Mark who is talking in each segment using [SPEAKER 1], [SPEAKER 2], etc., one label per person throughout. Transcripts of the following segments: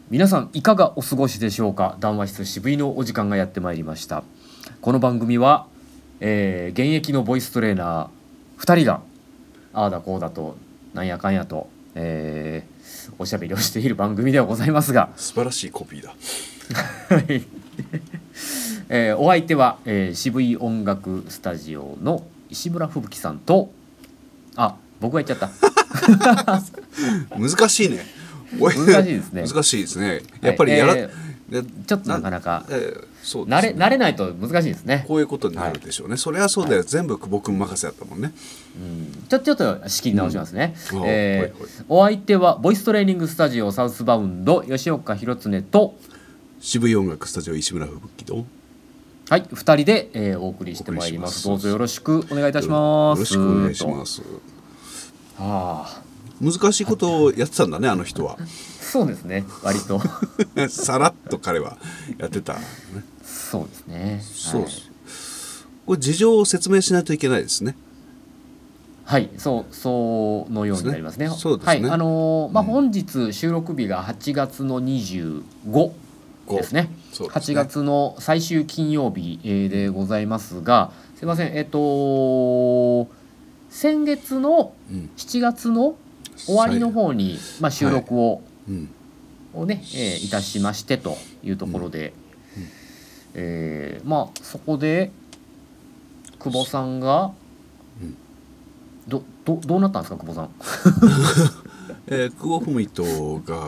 [SPEAKER 1] 皆さんいかがお過ごしでしょうか。談話室渋井のお時間がやってまいりました。この番組は、現役のボイストレーナー2人がああだこうだとなんやかんやと、おしゃべりをしている番組ではございますが、
[SPEAKER 2] 素晴らしいコピーだ。
[SPEAKER 1] お相手は、渋井音楽スタジオの石村吹雪さんと、僕が言っちゃった
[SPEAKER 2] 難しいね。
[SPEAKER 1] 難しいですね。
[SPEAKER 2] 難しいですね。やっぱりやら、
[SPEAKER 1] ちょっとなかなか、
[SPEAKER 2] そうですね、
[SPEAKER 1] 慣れないと難しいですね。
[SPEAKER 2] こういうことになるでしょうね。それはそうだよ、全部久保君任せだったもんね。
[SPEAKER 1] ちょっと仕切り直しますね。お相手はボイストレーニングスタジオサウスバウンド吉岡弘恒と
[SPEAKER 2] 渋井音楽スタジオ石村吹雪と
[SPEAKER 1] 2人で、お送りしてまいります。どうぞよろしくお願いいたします。
[SPEAKER 2] よろしくお願いします。難しいことをやってたんだね、あの人は。
[SPEAKER 1] そうですね、割と
[SPEAKER 2] さらっと彼はやってた、ね、
[SPEAKER 1] そうですね。
[SPEAKER 2] そうです、これ事情を説明しないといけないですね。
[SPEAKER 1] はい、そのようになりますね。
[SPEAKER 2] そうですね。
[SPEAKER 1] 本日収録日が8月の25ですね。8月の最終金曜日でございますが、すいません、先月の7月の終わりの方に、収録を、いたしましてというところで、そこで久保さんが、どうなったんですか、久保さん。
[SPEAKER 2] 久保文人が、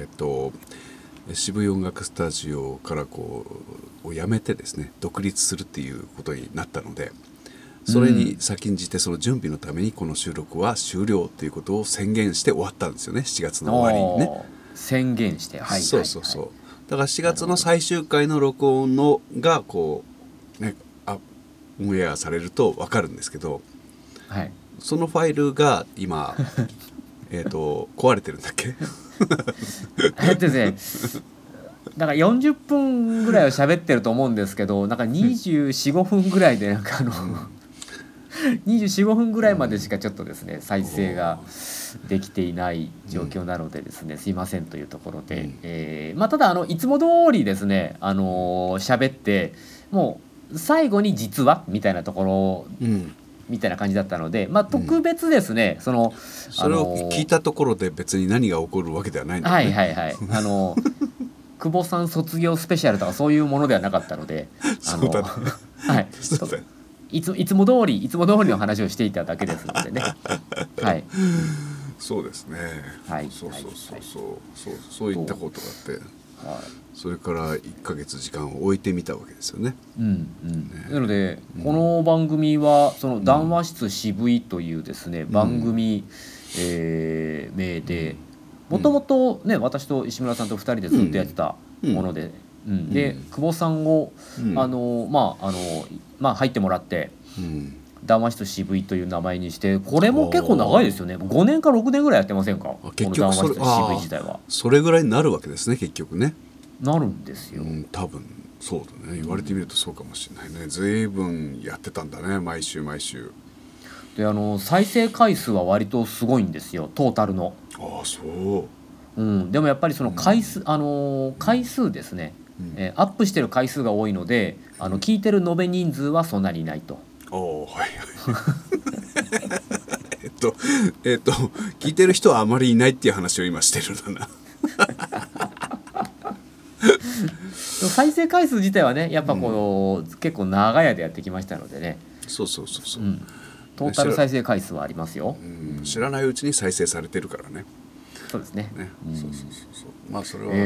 [SPEAKER 2] 渋谷音楽スタジオからを辞めてですね、独立するっていうことになったので、それに先んじてその準備のためにこの収録は終了ということを宣言して終わったんですよね、7月の終わりにね。
[SPEAKER 1] 宣言して、
[SPEAKER 2] そうだから4月の最終回の録音のがオンエアされると分かるんですけど、そのファイルが今壊れてるんだっけ
[SPEAKER 1] だから40分ぐらいは喋ってると思うんですけど、なんか24、5分ぐらいで24、5分ぐらいまでしかちょっとですね、再生ができていない状況なのでですね、すいませんというところで、ただいつも通りですね、喋ってもう最後に実はみたいなところ、みたいな感じだったので、特別ですね、それを
[SPEAKER 2] 聞いたところで別に何が起こるわけではないんだよね。
[SPEAKER 1] 久保さん卒業スペシャルとかそういうものではなかったので、
[SPEAKER 2] そうだね。
[SPEAKER 1] いつも通りの話をしていただけですのでね。
[SPEAKER 2] そうですね。そういったことがあって、それから1ヶ月時間を置いてみたわけですよね。
[SPEAKER 1] なので、この番組はその談話室渋いというですね、番組、名で、もともとね、私と石村さんと2人でずっとやってたもので、で久保さんを、入ってもらって、談話室渋いという名前にして、これも結構長いですよね。5年か6年ぐらいやってませんか、この談話室渋い自体は。
[SPEAKER 2] それぐらいになるわけですね、結局ね。
[SPEAKER 1] なるんですよ。
[SPEAKER 2] 多分そうだね、言われてみるとそうかもしれないね。随分やってたんだね、毎週毎週
[SPEAKER 1] で。再生回数は割とすごいんですよ、トータルの。
[SPEAKER 2] そう。
[SPEAKER 1] でもやっぱりその回数、回数ですね、アップしてる回数が多いので、聞いてる延べ人数はそんなにいないと。
[SPEAKER 2] 聞いてる人はあまりいないっていう話を今してるんだな。
[SPEAKER 1] 再生回数自体はね、やっぱ結構長屋でやってきましたのでね。
[SPEAKER 2] そう、
[SPEAKER 1] トータル再生回数はありますよ。
[SPEAKER 2] 知らないうちに再生されてるからね。
[SPEAKER 1] そうですね。
[SPEAKER 2] それは、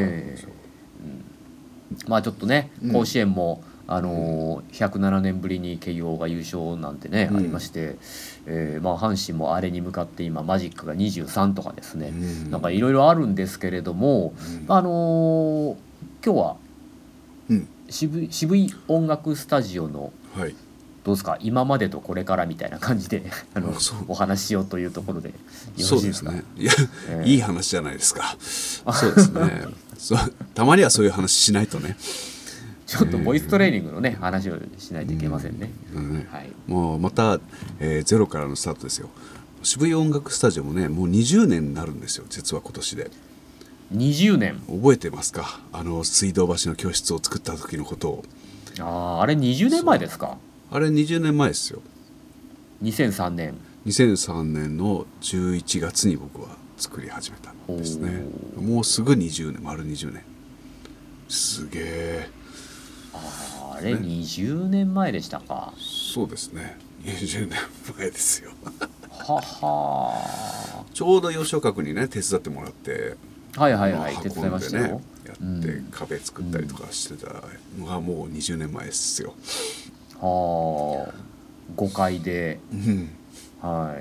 [SPEAKER 1] ちょっとね、甲子園も107年ぶりに慶応が優勝なんてね、ありまして、阪神もあれに向かって今マジックが23とかですね、なんかいろいろあるんですけれども、今日は、渋い音楽スタジオの、どうですか、今までとこれからみたいな感じでお話ししようというところでよろしいですか。
[SPEAKER 2] そうですね。いい話じゃないですか。そうですね。たまにはそういう話しないとね。
[SPEAKER 1] ちょっとボイストレーニングのね、話をしないといけませんね。
[SPEAKER 2] もうまた、ゼロからのスタートですよ。渋谷音楽スタジオもね、もう20年になるんですよ、実は今年で。
[SPEAKER 1] 20年。
[SPEAKER 2] 覚えてますか？水道橋の教室を作った時のことを。
[SPEAKER 1] あれ20年前ですか？
[SPEAKER 2] あれ20年前ですよ。
[SPEAKER 1] 2003年
[SPEAKER 2] 2003年の11月に僕は作り始めたんですね。もうすぐ20年、丸20年。すげえ。
[SPEAKER 1] あれ20年前でしたか？
[SPEAKER 2] そうですね、20年前ですよ。
[SPEAKER 1] はは。
[SPEAKER 2] ちょうど吉岡君にね手伝ってもらって、
[SPEAKER 1] はいはいはい、手
[SPEAKER 2] 運んで
[SPEAKER 1] 伝いましたよ。
[SPEAKER 2] やって壁作ったりとかしてたのがもう20年前ですよ。
[SPEAKER 1] はあ、5階で、はい。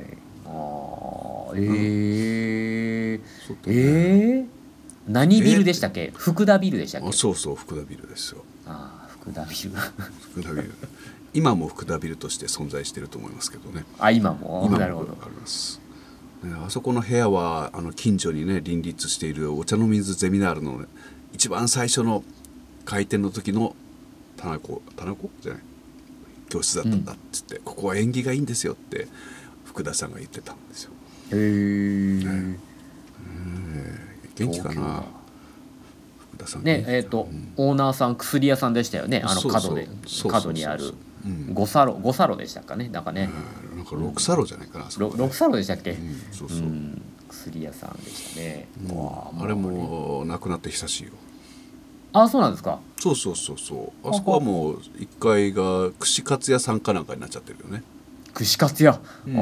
[SPEAKER 1] 何ビルでしたっけ？福田ビルでしたっけ？
[SPEAKER 2] そうそう、福田ビルですよ。
[SPEAKER 1] 福田ビル。
[SPEAKER 2] 福田ビル。今も福田ビルとして存在していると思いますけどね。
[SPEAKER 1] 今もなるほど。
[SPEAKER 2] あります。あそこの部屋は近所にね林立しているお茶の水ゼミナールの、ね、一番最初の開店の時の棚子じゃない教室だったんだっつって、ここは縁起がいいんですよって福田さんが言ってたんですよ。へえ。元気かな福田さんね。
[SPEAKER 1] オーナーさん薬屋さんでしたよね。角にある5サロでしたかね。なんかね、
[SPEAKER 2] なんか6サロじゃないかな。
[SPEAKER 1] 6サロでしたっけ？
[SPEAKER 2] そうそう、
[SPEAKER 1] 薬屋さんでしたね。
[SPEAKER 2] あれもなくなって久しいよ。
[SPEAKER 1] そうなんですか？
[SPEAKER 2] そうあそこはもう1階が串カツ屋さんかなんかになっちゃってるよね。
[SPEAKER 1] 串カツ屋、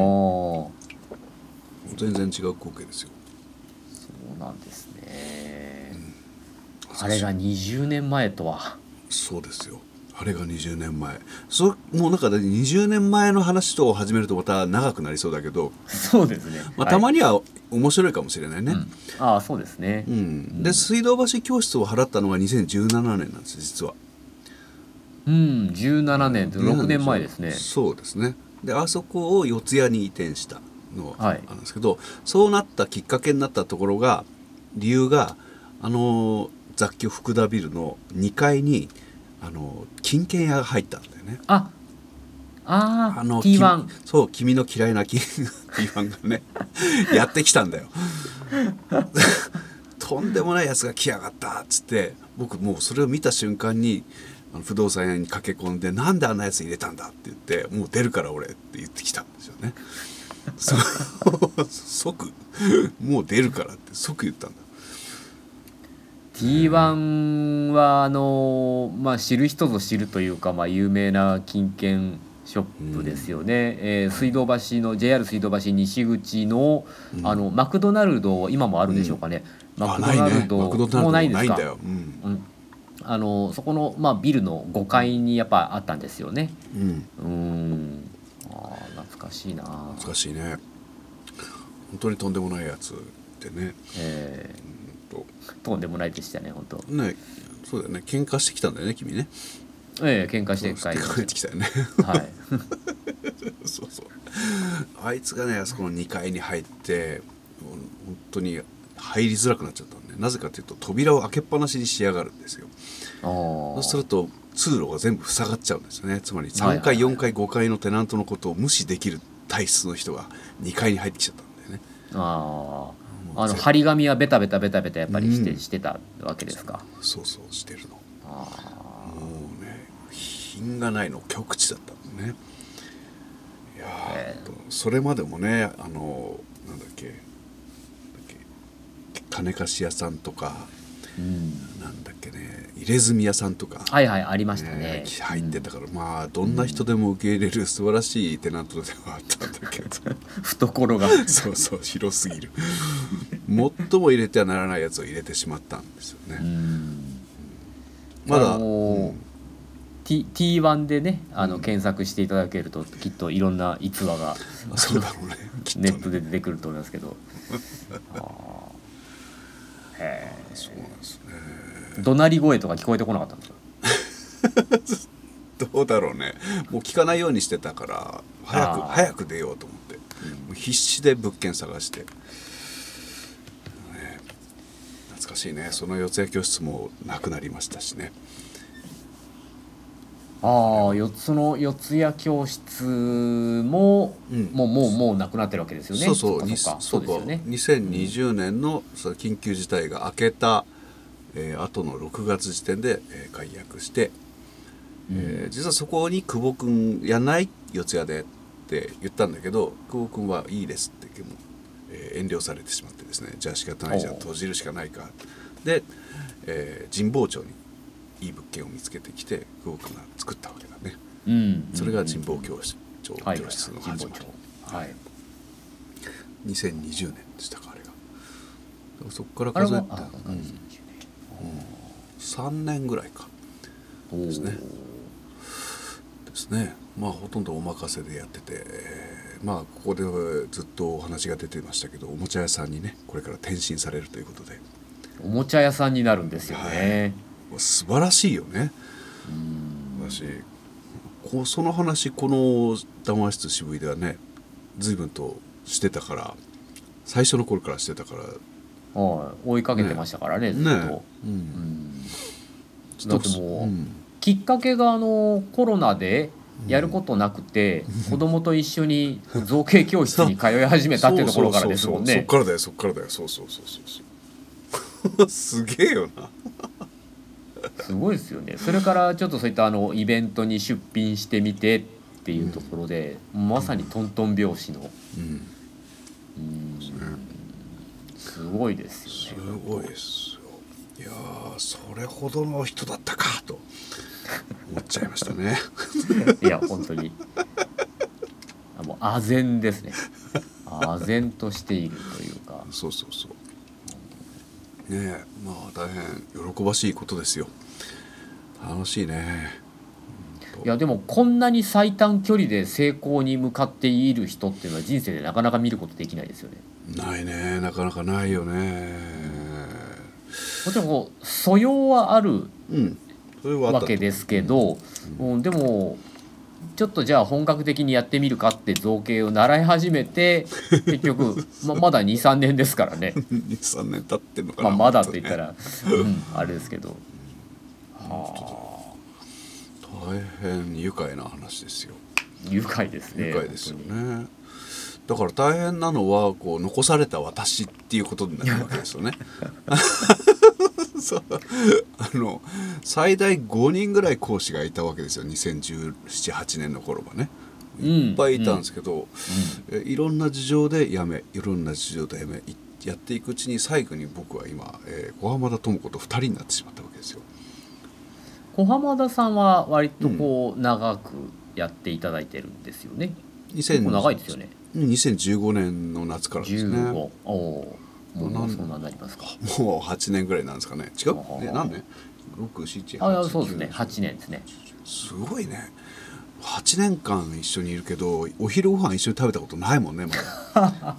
[SPEAKER 2] 全然違う光景ですよ。
[SPEAKER 1] そうなんですね、あれが20年前とは。
[SPEAKER 2] そうですよ、あれが20年前。もうなんか20年前の話と始めるとまた長くなりそうだけど。
[SPEAKER 1] そうですね、
[SPEAKER 2] たまには面白いかもしれないね。
[SPEAKER 1] そうですね、
[SPEAKER 2] で水道橋教室を払ったのが2017年なんです実は。
[SPEAKER 1] 17年と6年前ですね。
[SPEAKER 2] そうですね。であそこを四谷に移転したのなんですけど、そうなったきっかけになったところが理由が雑居福田ビルの2階に金券屋が入ったんだよね。
[SPEAKER 1] T1。
[SPEAKER 2] そう、君の嫌いなT1 がねやってきたんだよ。とんでもないやつが来やがったっつって、僕もうそれを見た瞬間に不動産屋に駆け込んで、なんであんなやつ入れたんだって言って、もう出るから俺って言ってきたんですよね。即もう出るからって即言ったんだ。
[SPEAKER 1] T1 は知る人ぞ知るというか、有名な金券ショップですよね。水道橋の JR 水道橋西口の、マクドナルド今もあるんでしょうかね。マクドナルドもないんですか？そこの、ビルの5階にやっぱあったんですよね。懐かしいな。
[SPEAKER 2] 懐かしいね。本当にとんでもないやつってね。
[SPEAKER 1] とんでもないでしたね本当
[SPEAKER 2] ね。そうだよね。喧嘩してきたんだよね君ね。
[SPEAKER 1] 喧嘩して帰
[SPEAKER 2] ってきたよね。
[SPEAKER 1] はい。
[SPEAKER 2] そうあいつがねあそこの2階に入って本当に入りづらくなっちゃったんで、なぜかというと扉を開けっぱなしにしやがるんですよ。そうすると通路が全部塞がっちゃうんですよね。つまり3階4階5階のテナントのことを無視できる体質の人が2階に入ってきちゃったんだよね。
[SPEAKER 1] 張り紙はベタベタやっぱりしてたわけですか？
[SPEAKER 2] そうしてるの。もうね品がないの極致だったのね。いやそれまでもねなんだっけ金貸し屋さんとか、なんだっけね入れ墨屋さんとか
[SPEAKER 1] ありましたね。
[SPEAKER 2] 入ってたから、どんな人でも受け入れる素晴らしいテナントではあったんだけど
[SPEAKER 1] 懐が
[SPEAKER 2] そう広すぎる。最も入れてはならないやつを入れてしまったんですよね。まだ
[SPEAKER 1] T1 でね検索していただけるときっといろんな逸話が
[SPEAKER 2] そうだろうね
[SPEAKER 1] ネットで出てくると思いますけど。
[SPEAKER 2] そうなんですね。
[SPEAKER 1] 怒鳴り声とか聞こえてこなかったんですか？
[SPEAKER 2] どうだろうね。もう聞かないようにしてたから早く出ようと思って、もう必死で物件探して、懐かしいね。その四谷教室もなくなりましたしね。
[SPEAKER 1] ああ、その四谷教室も、もうなくなってるわけですよね。
[SPEAKER 2] そうですよね。2020年のその緊急事態が明けた、後の6月時点で、解約して、実はそこに久保君やんない四谷でって言ったんだけど、久保君はいいですってもう、遠慮されてしまってですね、じゃあ仕方ないじゃん、閉じるしかないかで、神保町にいい物件を見つけてきて久保君が作ったわけだね。それが神保教室の始まり、2020年でしたか、あれが。そこから数えて3年ぐらいかですね。まあほとんどお任せでやってて、まあここでずっとお話が出てましたけど、おもちゃ屋さんにねこれから転身されるということで。
[SPEAKER 1] おもちゃ屋さんになるんですよね。
[SPEAKER 2] 素晴らしいよね。その話この談話室渋いではね随分としてたから、最初の頃からしてたから、
[SPEAKER 1] 追いかけてましたからね、ずっと。だってもう、きっかけがコロナでやることなくて、子供と一緒に造形教室に通い始めたっていうところからですもんね。
[SPEAKER 2] そっからだよ。そうすげえよな。
[SPEAKER 1] すごいですよね。それからちょっとそういったイベントに出品してみてっていうところで、まさにトントン拍子の、すごいですよね。
[SPEAKER 2] すごいですよ。いやそれほどの人だったかと思っちゃいましたね。
[SPEAKER 1] いや本当にもう唖然ですね。唖然としているというか。
[SPEAKER 2] そうねえ、まあ大変喜ばしいことですよ。楽しいね。
[SPEAKER 1] いやでもこんなに最短距離で成功に向かっている人っていうのは人生でなかなか見ることできないですよね。
[SPEAKER 2] ないね、なかなかないよね。
[SPEAKER 1] もちろんこう素養はあるわけですけど、でもちょっとじゃあ本格的にやってみるかって造形を習い始めて結局まだ 2,3 年ですからね。
[SPEAKER 2] 2,3 年経ってんのかな。
[SPEAKER 1] まだって言ったら、あれですけど、
[SPEAKER 2] 大変愉快な話ですよ。
[SPEAKER 1] 愉快ですね。
[SPEAKER 2] 愉快ですよね。だから大変なのはこう残された私っていうことになるわけですよね。そう最大5人ぐらい講師がいたわけですよ。2017、8年の頃はねいっぱいいたんですけど、いろんな事情でやめやっていくうちに最後に僕は今、小浜田智子と2人になってしまったわけですよ。
[SPEAKER 1] 小浜田さんは割とこう長くやっていただいてるんですよね。結構長いですよね。
[SPEAKER 2] 2015年の夏からですね。
[SPEAKER 1] もうそんなになりますか。
[SPEAKER 2] もう8年ぐらいなんですかね。違う？何年？6、7、8、
[SPEAKER 1] そうですね。8年ですね。
[SPEAKER 2] すごいね。8年間一緒にいるけどお昼ご飯一緒に食べたことないもんねまだ。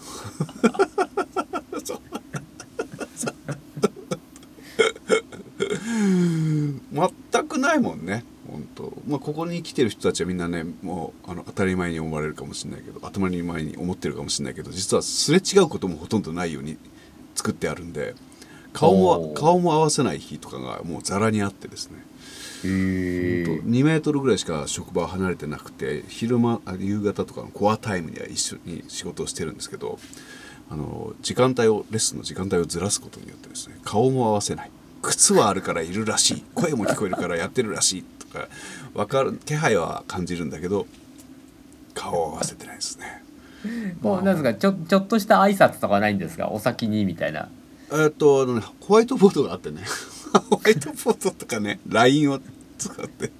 [SPEAKER 2] 全くないもんね本当。ここに来てる人たちはみんなねもう当たり前に思われるかもしれないけど、当たり前に思ってるかもしれないけど、実はすれ違うこともほとんどないように作ってあるんで、顔も合わせない日とかがもうざらにあってですね。2メートルぐらいしか職場は離れてなくて、夕方とかのコアタイムには一緒に仕事をしてるんですけど、レッスンの時間帯をずらすことによってですね、顔も合わせない、靴はあるからいるらしい、声も聞こえるからやってるらしいとか分かる気配は感じるんだけど顔を合わせてないですね。
[SPEAKER 1] もうなんですか、ちょっとした挨拶とかないんですか、お先にみたいな。
[SPEAKER 2] ホワイトボードがあってねホワイトボードとかね LINE を使って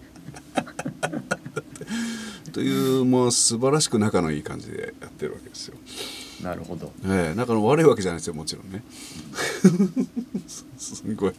[SPEAKER 2] というもう素晴らしく仲のいい感じでやってるわけですよ。
[SPEAKER 1] なるほど。
[SPEAKER 2] 仲の悪いわけじゃないですよもちろんねすごい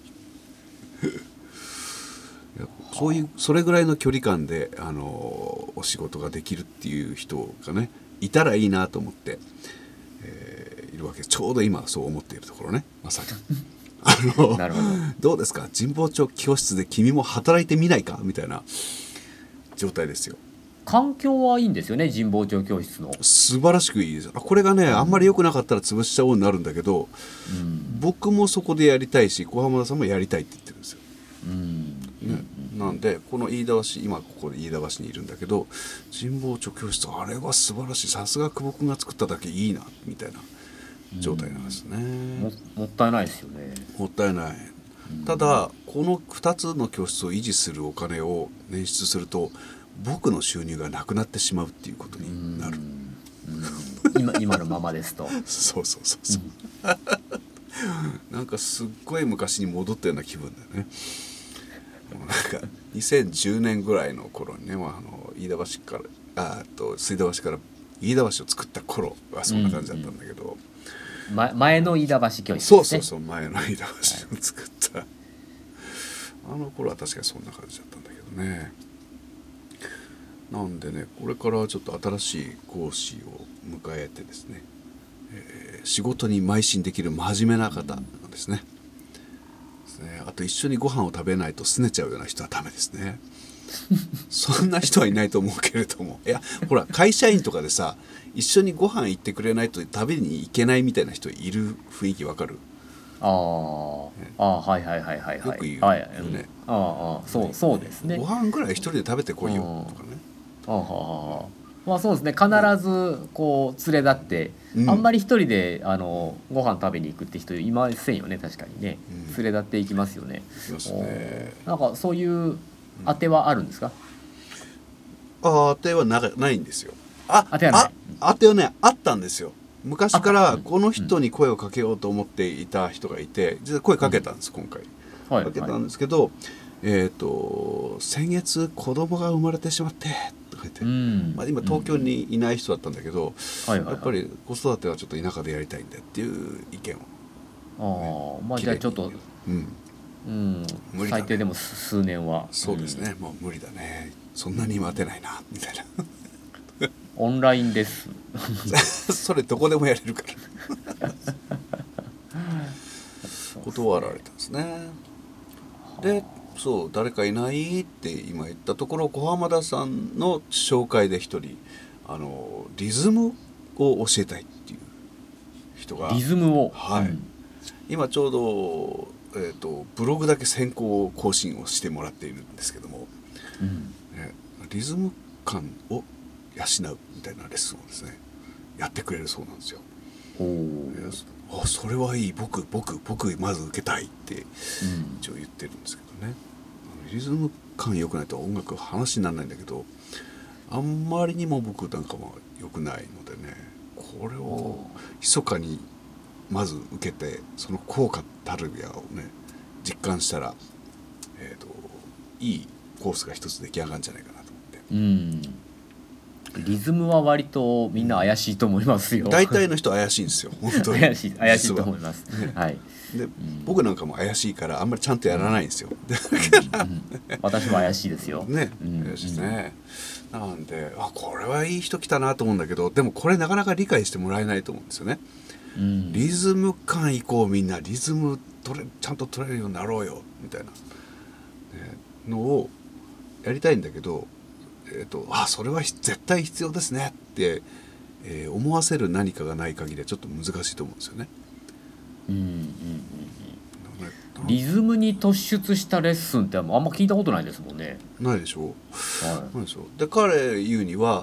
[SPEAKER 2] それぐらいの距離感でお仕事ができるっていう人がねいたらいいなと思って、いるわけです。ちょうど今そう思っているところね、まさに
[SPEAKER 1] なるほど。
[SPEAKER 2] どうですか、神保町教室で君も働いてみないかみたいな状態ですよ。
[SPEAKER 1] 環境はいいんですよね、神保町教室の。
[SPEAKER 2] 素晴らしくいいです。これがね、あんまり良くなかったら潰しちゃおうになるんだけど、僕もそこでやりたいし小浜田さんもやりたいって言ってるんですよ。 なんでこの飯田橋、今ここで飯田橋にいるんだけど、神保町教室あれは素晴らしい、さすが久保君が作っただけいいなみたいな状態なんですね。
[SPEAKER 1] もったいないですよね。
[SPEAKER 2] もったいない。ただこの2つの教室を維持するお金を捻出すると僕の収入がなくなってしまうっていうことになる。
[SPEAKER 1] 今のままですと
[SPEAKER 2] そうそうそうそう、なんかすっごい昔に戻ったような気分だよね。もうなんか2010年ぐらいの頃にね、飯田橋から水道橋から飯田橋を作った頃はそんな感じだったんだけど、
[SPEAKER 1] 前の飯田橋教室ですね。
[SPEAKER 2] そうそうそう、前の飯田橋を作った、あの頃は確かにそんな感じだったんだけどね。なんでね、これからちょっと新しい講師を迎えてですね、仕事に邁進できる真面目な方ですね。あと一緒にご飯を食べないと拗ねちゃうような人はダメですね。そんな人はいないと思うけれども、いやほら会社員とかでさ、一緒にご飯行ってくれないと食べに行けないみたいな人いる雰囲気わかる？
[SPEAKER 1] はいはいはいはいはい。
[SPEAKER 2] よく言うよね。
[SPEAKER 1] はい、そうですね。
[SPEAKER 2] ご飯ぐらい一人で食べてこいよとかね。
[SPEAKER 1] まあそうですね、必ずこう連れ立って、あんまり一人でご飯食べに行くって人いませんよね。確かにね、連れ立っていきますよね。なんかそういう当てはあるんですか？
[SPEAKER 2] 当てはないんですよ。
[SPEAKER 1] 当てはない。
[SPEAKER 2] 当てはね、あったんですよ。昔からこの人に声をかけようと思っていた人がいて、実は声かけたんです、今回。かけたんですけど、先月子供が生まれてしまってとか言って、今東京にいない人だったんだけど、やっぱり子育てはちょっと田舎でやりたいんだっていう意見を、
[SPEAKER 1] じゃあちょっと無理だね、最低でも数年は。
[SPEAKER 2] そうですね、もう無理だね、そんなに待てないなみたいな。
[SPEAKER 1] オンラインです
[SPEAKER 2] それどこでもやれるから断られたんですね。で、そう誰かいないって今言ったところ、小浜田さんの紹介で一人リズムを教えたいっていう人が、
[SPEAKER 1] リズムを、
[SPEAKER 2] 今ちょうど、ブログだけ先行更新をしてもらっているんですけども、リズム感を養うみたいなレッスンをですねやってくれるそうなんですよ。それはいい、僕まず受けたいって一応言ってるんですけどね。リズム感良くないと音楽話にならないんだけど、あんまりにも僕なんかも良くないのでね、これを密かにまず受けて、その効果たるやをね実感したら、いいコースが一つ出来上がるんじゃないかなと思って。
[SPEAKER 1] リズムは割とみんな怪しいと思いますよ。
[SPEAKER 2] 大体の人怪しいんですよ、本当に。
[SPEAKER 1] 怪しいと思います。はい。
[SPEAKER 2] で、僕なんかも怪しいからあんまりちゃんとやらないんですよ。
[SPEAKER 1] 私も怪しいですよ。
[SPEAKER 2] ね、怪しいですね。なんで、これはいい人来たなと思うんだけど、でもこれなかなか理解してもらえないと思うんですよね。リズム感いこう、みんなリズムちゃんと取れるようになろうよみたいな、のをやりたいんだけど、それは絶対必要ですねって、思わせる何かがない限りはちょっと難しいと思うんですよね。
[SPEAKER 1] リズムに突出したレッスンってあんま聞いたことないですもんね。
[SPEAKER 2] ないでしょう。ないでしょう。で、彼言うには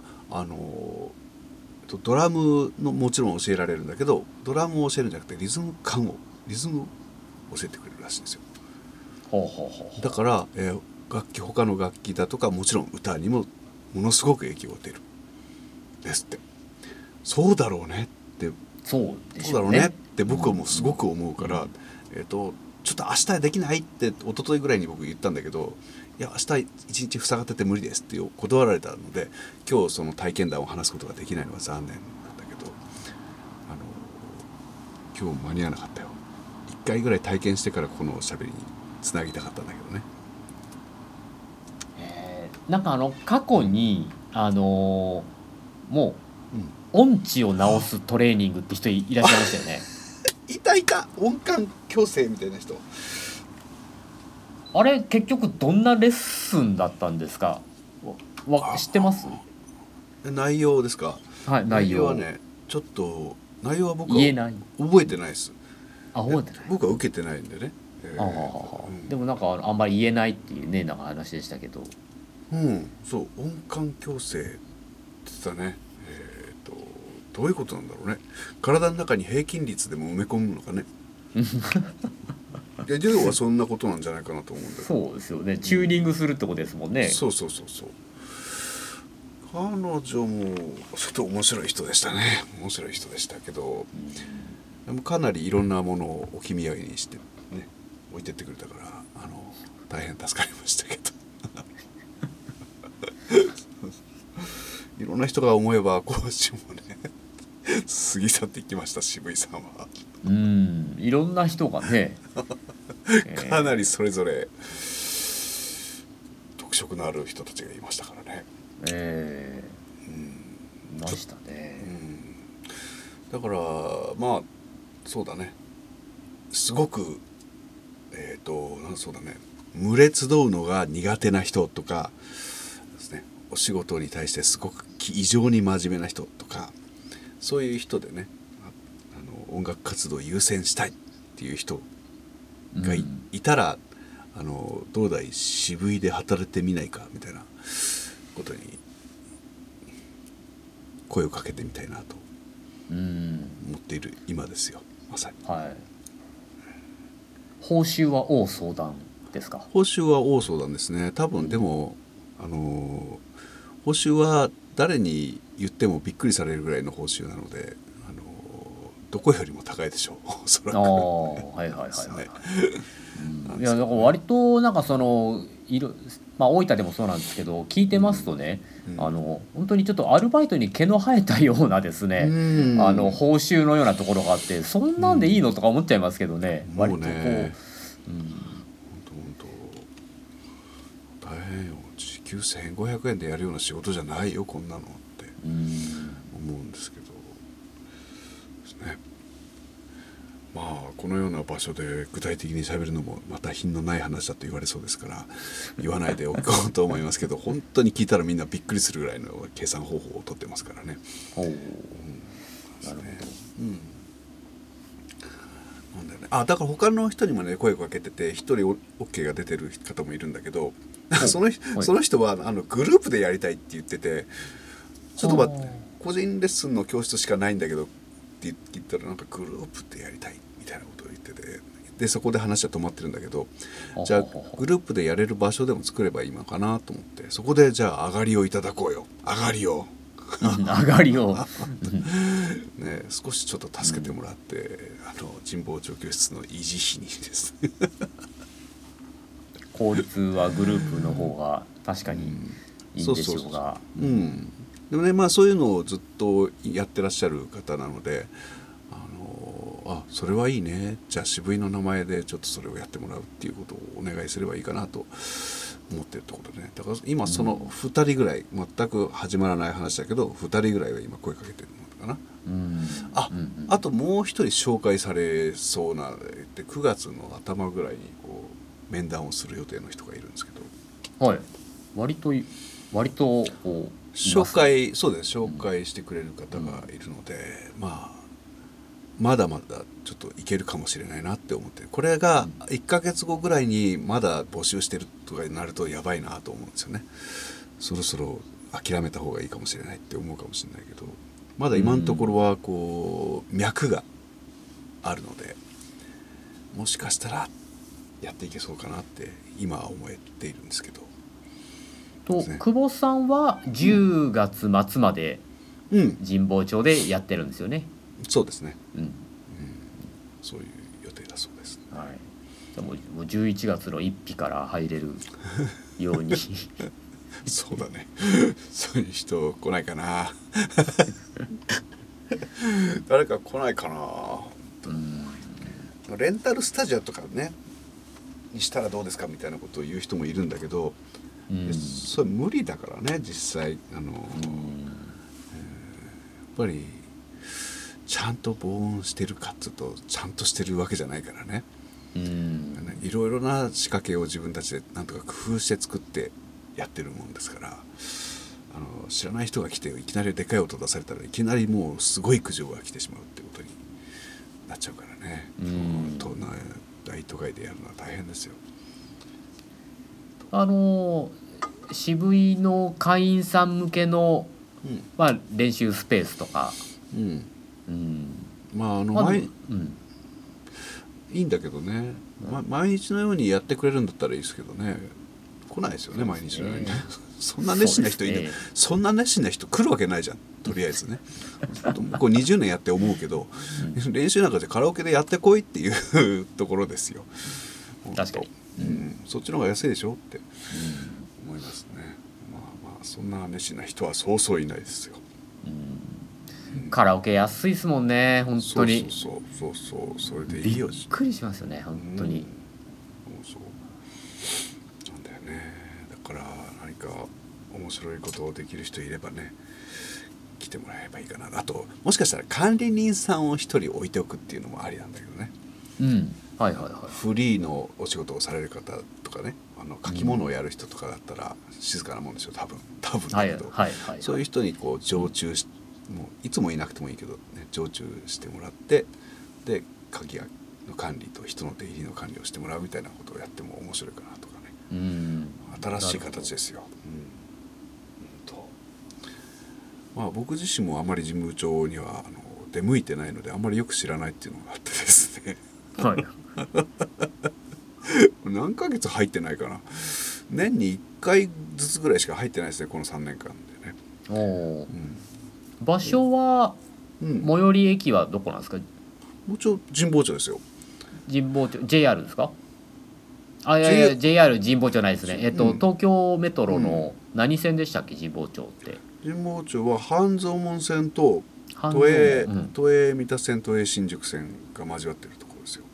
[SPEAKER 2] ドラムのもちろん教えられるんだけど、ドラムを教えるんじゃなくてリズムを教えてくれるらしいんですよ。だから、他の楽器だとかもちろん歌にもものすごく影響を受けるですって。そうだろうねって、そうだろうねって僕はもうすごく思うから、ちょっと明日できないって一昨日ぐらいに僕言ったんだけど、いや明日一日塞がってて無理ですって断られたので、今日その体験談を話すことができないのは残念なんだけど、今日間に合わなかったよ。1回ぐらい体験してからこのしゃべりにつなぎたかったんだけどね。
[SPEAKER 1] なんか過去にもう、音痴を直すトレーニングって人いらっしゃいましたよね。
[SPEAKER 2] いた音感矯正みたいな人。
[SPEAKER 1] あれ結局どんなレッスンだったんですか？知ってます？
[SPEAKER 2] 内容ですか？
[SPEAKER 1] はい、内容
[SPEAKER 2] はね、ちょっと内容は僕は
[SPEAKER 1] 言えない、
[SPEAKER 2] 覚えてないです。
[SPEAKER 1] 覚えてない。
[SPEAKER 2] 僕は受けてないんでね、
[SPEAKER 1] でもなんかあんまり言えないっていうねなんか話でしたけど、
[SPEAKER 2] そう音感矯正って言ってたね。どういうことなんだろうね。体の中に平均率でも埋め込むのかね。いや要はそんなことなんじゃないかなと思うんだけど。
[SPEAKER 1] そうですよね。チューニングするってことですもんね。
[SPEAKER 2] そう。彼女もちょっと面白い人でしたね。面白い人でしたけど、でもかなりいろんなものを置き土産にしてね置いてってくれたから大変助かりましたけど。いろんな人が思えば講師もね過ぎ去っていきました。渋井さんは。
[SPEAKER 1] いろんな人がね
[SPEAKER 2] かなりそれぞれ特色のある人たちがいましたからね。
[SPEAKER 1] いましたね。
[SPEAKER 2] だからまあそうだね。すごくそうだね。群れ集うのが苦手な人とかですね。お仕事に対してすごく異常に真面目な人とかそういう人でね音楽活動を優先したいっていう人が いたらどうだい渋いで働いてみないかみたいなことに声をかけてみたいなと思っている今ですよまさに。
[SPEAKER 1] 報酬は大相談ですか？
[SPEAKER 2] 報酬は大相談ですね。多分でも報酬は誰に言ってもびっくりされるぐらいの報酬なのでどこよりも高いでしょうおそらく。
[SPEAKER 1] いやだから割となんかその大分でもそうなんですけど聞いてますとね、本当にちょっとアルバイトに毛の生えたようなですね、報酬のようなところがあってそんなんでいいのとか思っちゃいますけどね、割とこう本
[SPEAKER 2] 当大変よ。時給1500円でやるような仕事じゃないよこんなのって思うんですけどですね。まあこのような場所で具体的に喋るのもまた品のない話だと言われそうですから言わないでおこうと思いますけど本当に聞いたらみんなびっくりするぐらいの計算方法をとってますからね。なるほど。なんだよね。だから他の人にもね声をかけてて一人 OK が出てる方もいるんだけどその人はグループでやりたいって言っててちょっと待って個人レッスンの教室しかないんだけどって言ったらなんかグループでやりたいみたいなことを言っててでそこで話は止まってるんだけどじゃあグループでやれる場所でも作ればいいのかなと思ってそこでじゃあ上がりをいただこうよ上がりを
[SPEAKER 1] 上がりを
[SPEAKER 2] ね少しちょっと助けてもらって、神保町教室の維持費にですね
[SPEAKER 1] 効率はグループの方が確かにいいんでしょうが
[SPEAKER 2] でもねまあそういうのをずっとやってらっしゃる方なのでそれはいいねじゃあ渋いの名前でちょっとそれをやってもらうっていうことをお願いすればいいかなと思ってるってことね。だから今その2人ぐらい全く始まらない話だけど2人ぐらいは今声かけてるのかな。あともう一人紹介されそうなで9月の頭ぐらいにこう面談をする予定の人がいるんですけど、
[SPEAKER 1] 割と
[SPEAKER 2] 紹介してくれる方がいるので、まだまだちょっといけるかもしれないなって思ってる。これが1ヶ月後ぐらいにまだ募集してるとかになるとやばいなと思うんですよね。そろそろ諦めた方がいいかもしれないって思うかもしれないけどまだ今のところはこう脈があるのでもしかしたらやっていけそうかなって今は思っているんですけど
[SPEAKER 1] 久保さんは10月末まで神保町でやってるんですよね。
[SPEAKER 2] そうですね、そういう予定だそうです、
[SPEAKER 1] じゃあもう11月の1日から入れるように
[SPEAKER 2] そうだねそういう人来ないかな誰か来ないかな。レンタルスタジオとかねにしたらどうですかみたいなことを言う人もいるんだけど、それ無理だからね実際やっぱりちゃんと防音してるかっつうとちゃんとしてるわけじゃないからね。いろいろな仕掛けを自分たちでなんとか工夫して作ってやってるもんですから知らない人が来ていきなりでかい音出されたらいきなりもうすごい苦情が来てしまうってことになっちゃうからね。 大都会でやるのは大変ですよ。
[SPEAKER 1] 渋井の会員さん向けの、まあ、練習スペースとか、
[SPEAKER 2] まあいいんだけどね、毎日のようにやってくれるんだったらいいですけどね、来ないですよね毎日のようにね。そんな熱心な人いない、そんな熱心な人来るわけないじゃん、とりあえずね。こう20年やって思うけど、練習なんかじゃカラオケでやってこいっていうところですよ。
[SPEAKER 1] 確かに、
[SPEAKER 2] そっちの方が安いでしょって思いますね。まあそんな熱心な人はそうそういないですよ。
[SPEAKER 1] カラオケ安いですもんね本当に。
[SPEAKER 2] そうそれでいいよ。
[SPEAKER 1] びっくりしますよね本当に。
[SPEAKER 2] そうなんだよね。だから何か面白いことをできる人いればね、来てもらえばいいかな。あともしかしたら管理人さんを一人置いておくっていうのもありなんだけどね。フリーのお仕事をされる方とかね、書き物をやる人とかだったら静かなもんでしょ多分だけど、そういう人にこう常駐して、もういつもいなくてもいいけど、ね、常駐してもらって、で鍵の管理と人の出入りの管理をしてもらうみたいなことをやっても面白いかなとかね。新しい形ですよ。まあ僕自身もあまり事務長には出向いてないのであんまりよく知らないっていうのがあってですね。何ヶ月入ってないかな。年に1回ずつぐらいしか入ってないですねこの3年間でね。
[SPEAKER 1] 場所は、最寄り駅はどこなんですか？
[SPEAKER 2] もちろん神保町ですよ。
[SPEAKER 1] 神保町 JR ですか？いや JR 神保町ないですね。東京メトロの何線でしたっけ神保町って。
[SPEAKER 2] 神保町は半蔵門線と都営三田線と新宿線が交わってるところですよ。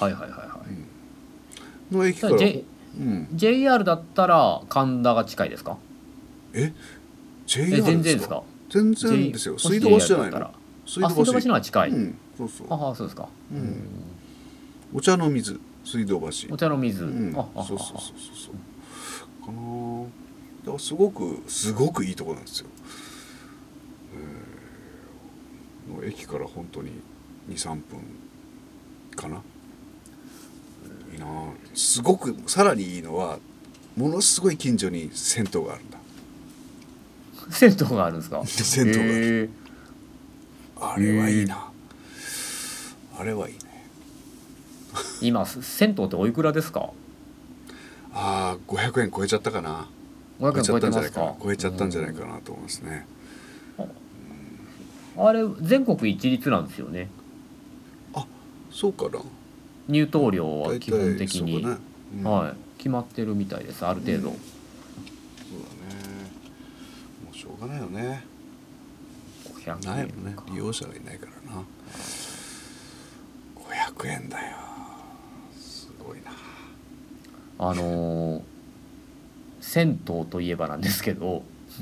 [SPEAKER 2] の駅から、
[SPEAKER 1] JR だったら神田が近いですか
[SPEAKER 2] ？JR
[SPEAKER 1] 全然ですか？
[SPEAKER 2] 全然ですよ。水道橋じゃないの？
[SPEAKER 1] 水道橋の方が近い。そうですか。
[SPEAKER 2] お茶の水水道橋。
[SPEAKER 1] お茶の水。
[SPEAKER 2] そうかな。だからすごくいいところなんですよ。駅から本当に 2,3 分かな。いいな。すごくさらにいいのはものすごい近所に銭湯があるんだ。
[SPEAKER 1] 銭湯があるんですか？
[SPEAKER 2] 銭湯がある。あれはいいな。あれはいいね。
[SPEAKER 1] 今銭湯っておいくらですか
[SPEAKER 2] ？500円超えちゃったかな。
[SPEAKER 1] 500円超えてますか？
[SPEAKER 2] 超えちゃったんじゃないかなと思いますね。
[SPEAKER 1] あれ全国一律なんですよね。
[SPEAKER 2] そうかな。
[SPEAKER 1] 入湯料は基本的に、決まってるみたいです。ある程度。そうだね。
[SPEAKER 2] もうしょうがないよね。ないよね。利用者がいないからな。500円だよ。すごいな。
[SPEAKER 1] 銭湯といえばなんですけど、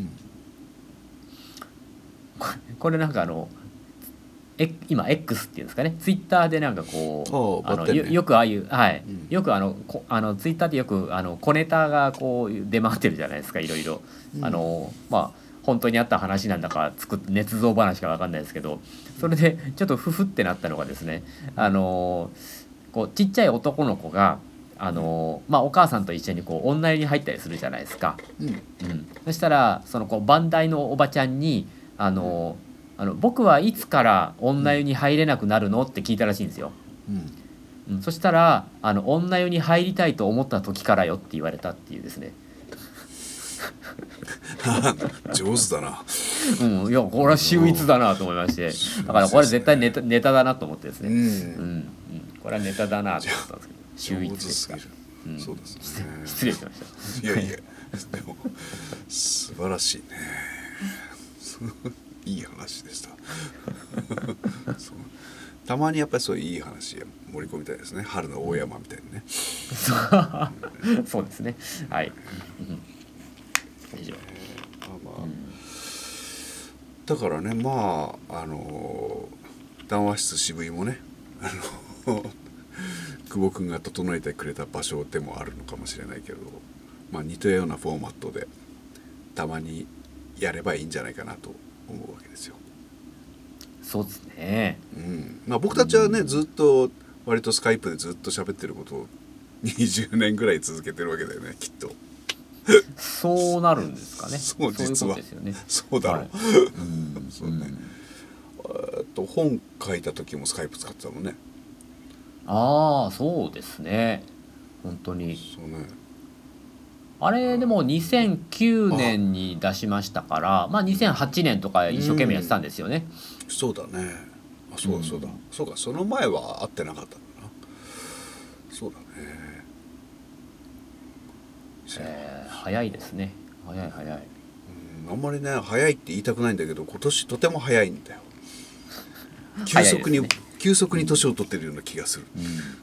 [SPEAKER 1] これなんか今 X っていうんですかね、ツイッターでなんかこうよくああいう、よくツイッターでよく小ネタがこう出回ってるじゃないですか、いろいろ。本当にあった話なんだか作って捏造話か分かんないですけど、それでちょっとフフってなったのがですね、こうちっちゃい男の子がお母さんと一緒にこう女湯に入ったりするじゃないですか。そしたらその番台のおばちゃんに僕はいつから女湯に入れなくなるのって聞いたらしいんですよ。そしたら女湯に入りたいと思った時からよって言われたっていうですね。
[SPEAKER 2] 上手だな。
[SPEAKER 1] いやこれは秀逸だなと思いまして、だからこれ絶対ネタだなと思ってですね。これはネタだなと思ったんですけど、秀逸ですか。
[SPEAKER 2] そうですね。
[SPEAKER 1] 失礼しまし
[SPEAKER 2] た。いやでも素晴らしいね。いい話でした。たまにやっぱりそういういい話盛り込みたいですね。春の大山みたいにね。
[SPEAKER 1] そうですね。はい。以上。
[SPEAKER 2] だからね、談話室渋井もね、久保君が整えてくれた場所でもあるのかもしれないけど、似たようなフォーマットでたまにやればいいんじゃないかなと思うわけですよ。
[SPEAKER 1] そうですね。
[SPEAKER 2] 僕たちはね、ずっと割とスカイプでずっと喋ってることを20年ぐらい続けてるわけだよねきっと。
[SPEAKER 1] そうなるんですかね。
[SPEAKER 2] そう実は
[SPEAKER 1] そういうことですよね。
[SPEAKER 2] そうだろう、
[SPEAKER 1] はい、
[SPEAKER 2] そうね、本書いた時もスカイプ使ってたもんね。
[SPEAKER 1] ああそうですね、本当に。
[SPEAKER 2] そうね。
[SPEAKER 1] あれでも2009年に出しましたから、まあ2008年とか一生懸命やってたんですよね。
[SPEAKER 2] そうだね。あ、そうだそうだ、そうか、その前は会ってなかったんだな。そうだね。
[SPEAKER 1] 早いですね。早い早い。
[SPEAKER 2] あんまりね早いって言いたくないんだけど、今年とても早いんだよ。急速に年を取ってるような気がする。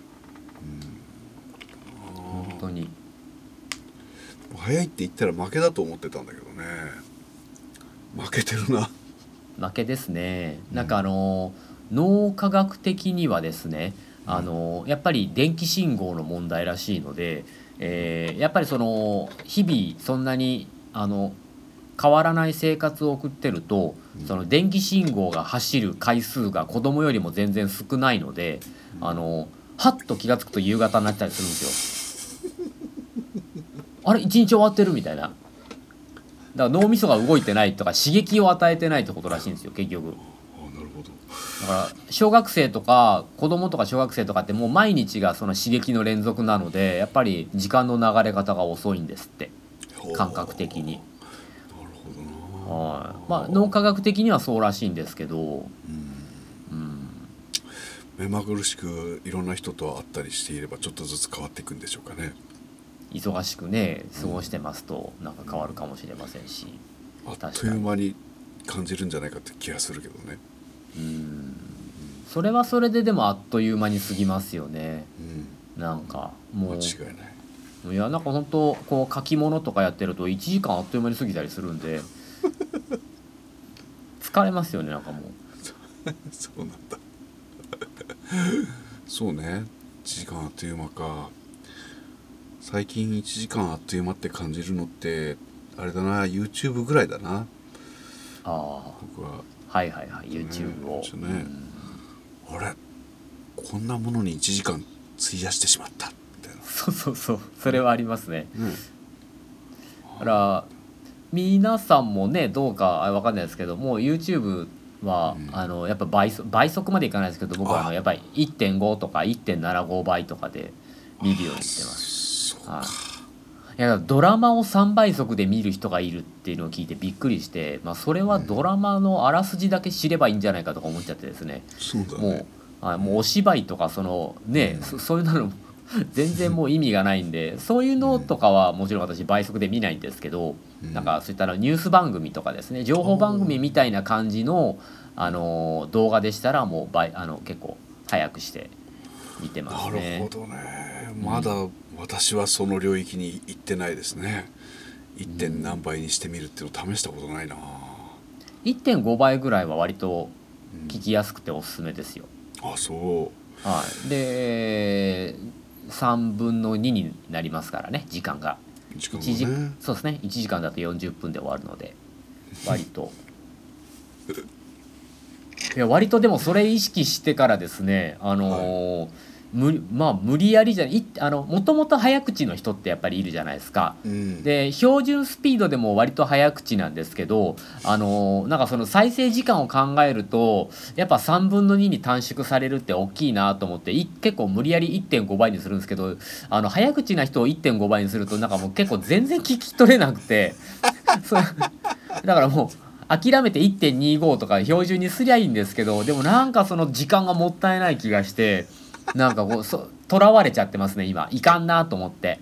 [SPEAKER 1] 本当に
[SPEAKER 2] 早いって言ったら負けだと思ってたんだけどね。負けてるな。
[SPEAKER 1] 負けですね。なんか脳科学的にはですね、やっぱり電気信号の問題らしいので、やっぱりその日々そんなに変わらない生活を送ってると、その電気信号が走る回数が子供よりも全然少ないので、はっと気が付くと夕方になったりするんですよ。あれ一日終わってるみたいな。だから脳みそが動いてないとか刺激を与えてないってことらしいんですよ結局。
[SPEAKER 2] あ、なるほど。
[SPEAKER 1] だから小学生とか子供とか小学生とかってもう毎日がその刺激の連続なので、やっぱり時間の流れ方が遅いんですって、感覚的に。はい、まあ脳科学的にはそうらしいんですけど、
[SPEAKER 2] 目まぐるしくいろんな人と会ったりしていればちょっとずつ変わっていくんでしょうかね。
[SPEAKER 1] 忙しくね過ごしてますとなんか変わるかもしれませんし、
[SPEAKER 2] あっという間に感じるんじゃないかって気がするけどね。
[SPEAKER 1] それはそれででもあっという間に過ぎますよね。なんかもう
[SPEAKER 2] 間違いない。
[SPEAKER 1] いやなんか本当こう書き物とかやってると1時間あっという間に過ぎたりするんで疲れますよねなんかもう。
[SPEAKER 2] そうなんだそうね、1時間あっという間か。最近1時間あっという間って感じるのってあれだな、 YouTube ぐらいだな。僕は
[SPEAKER 1] はいはいはい、YouTube を、
[SPEAKER 2] ね、あれこんなものに1時間費やしてしまったみたいな。
[SPEAKER 1] そうそれはありますね。だから皆さんもねどうかわかんないですけども YouTube は、やっぱ倍速までいかないですけど僕はやっぱり 1.5 とか 1.75 倍とかで見るようにしてます。いやドラマを3倍速で見る人がいるっていうのを聞いてびっくりして、まあ、それはドラマのあらすじだけ知ればいいんじゃないかとか思っちゃってですね。
[SPEAKER 2] そうだね。
[SPEAKER 1] もうお芝居とかそのね、そういうの全然もう意味がないんでそういうのとかはもちろん私倍速で見ないんですけど、なんかそういったニュース番組とかですね情報番組みたいな感じの、動画でしたらもう結構早くして見てますね。
[SPEAKER 2] なるほどね。まだ私はその領域に行ってないですね。 1. 何倍にしてみるっていうのを試したことないな。
[SPEAKER 1] 1.5 倍ぐらいは割と聞きやすくておすすめですよ。
[SPEAKER 2] あ、そう。
[SPEAKER 1] はい、で3分の2になりますからね時間が。そうですね1時間だと40分で終わるので割といや割とでもそれ意識してからですね無理やりじゃないもともと早口の人ってやっぱりいるじゃないですか。で標準スピードでも割と早口なんですけどなんかその再生時間を考えるとやっぱ3分の2に短縮されるって大きいなと思って結構無理やり 1.5 倍にするんですけど早口な人を 1.5 倍にするとなんかもう結構全然聞き取れなくてだからもう諦めて 1.25 とか標準にすりゃいいんですけどでもなんかその時間がもったいない気がしてなんかこうとらわれちゃってますね今。いかんなと思って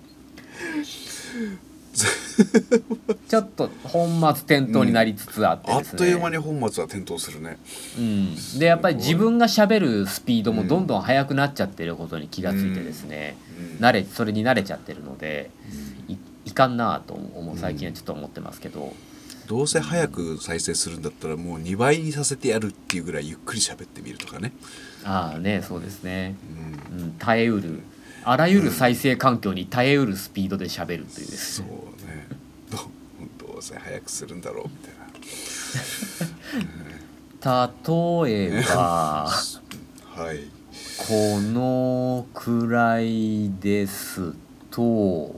[SPEAKER 1] ちょっと本末転倒になりつつあってですね、
[SPEAKER 2] あっという間に本末は転倒するね。
[SPEAKER 1] でやっぱり自分がしゃべるスピードもどんどん速くなっちゃってることに気がついてですね、それに慣れちゃってるので、いかんなと最近はちょっと思ってますけど、
[SPEAKER 2] どうせ早く再生するんだったらもう2倍にさせてやるっていうぐらいゆっくり喋ってみるとかね。
[SPEAKER 1] そうですね、耐えうるあらゆる再生環境に耐えうるスピードで喋るというですね、
[SPEAKER 2] そうねどうせ早くするんだろうみたいな
[SPEAKER 1] 例えば
[SPEAKER 2] はい
[SPEAKER 1] このくらいですと、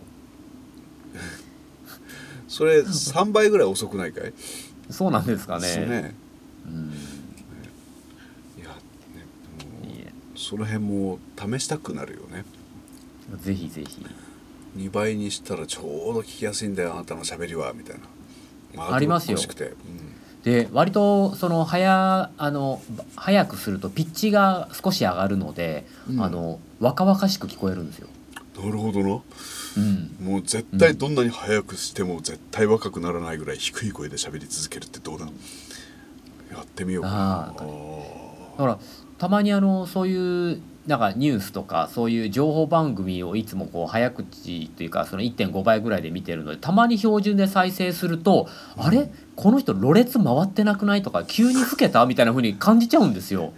[SPEAKER 2] それ3倍ぐらい遅くないかい？
[SPEAKER 1] そうなんですかね。
[SPEAKER 2] ですね。
[SPEAKER 1] うん、
[SPEAKER 2] いや、ね、その辺も試したくなるよね。
[SPEAKER 1] ぜひぜひ。
[SPEAKER 2] 2倍にしたらちょうど聞きやすいんだよあなたの喋りはみたいな、
[SPEAKER 1] ありますよ。で割とその早くするとピッチが少し上がるので、若々しく聞こえるんですよ。
[SPEAKER 2] なるほどな。もう絶対どんなに早くしても絶対若くならないぐらい低い声で喋り続けるってどうだ？やってみようかな。
[SPEAKER 1] だからたまにそういうなんかニュースとかそういう情報番組をいつもこう早口というかその 1.5 倍ぐらいで見てるので、たまに標準で再生すると、あれこの人ろれつ回ってなくないとか急に老けたみたいな風に感じちゃうんですよ。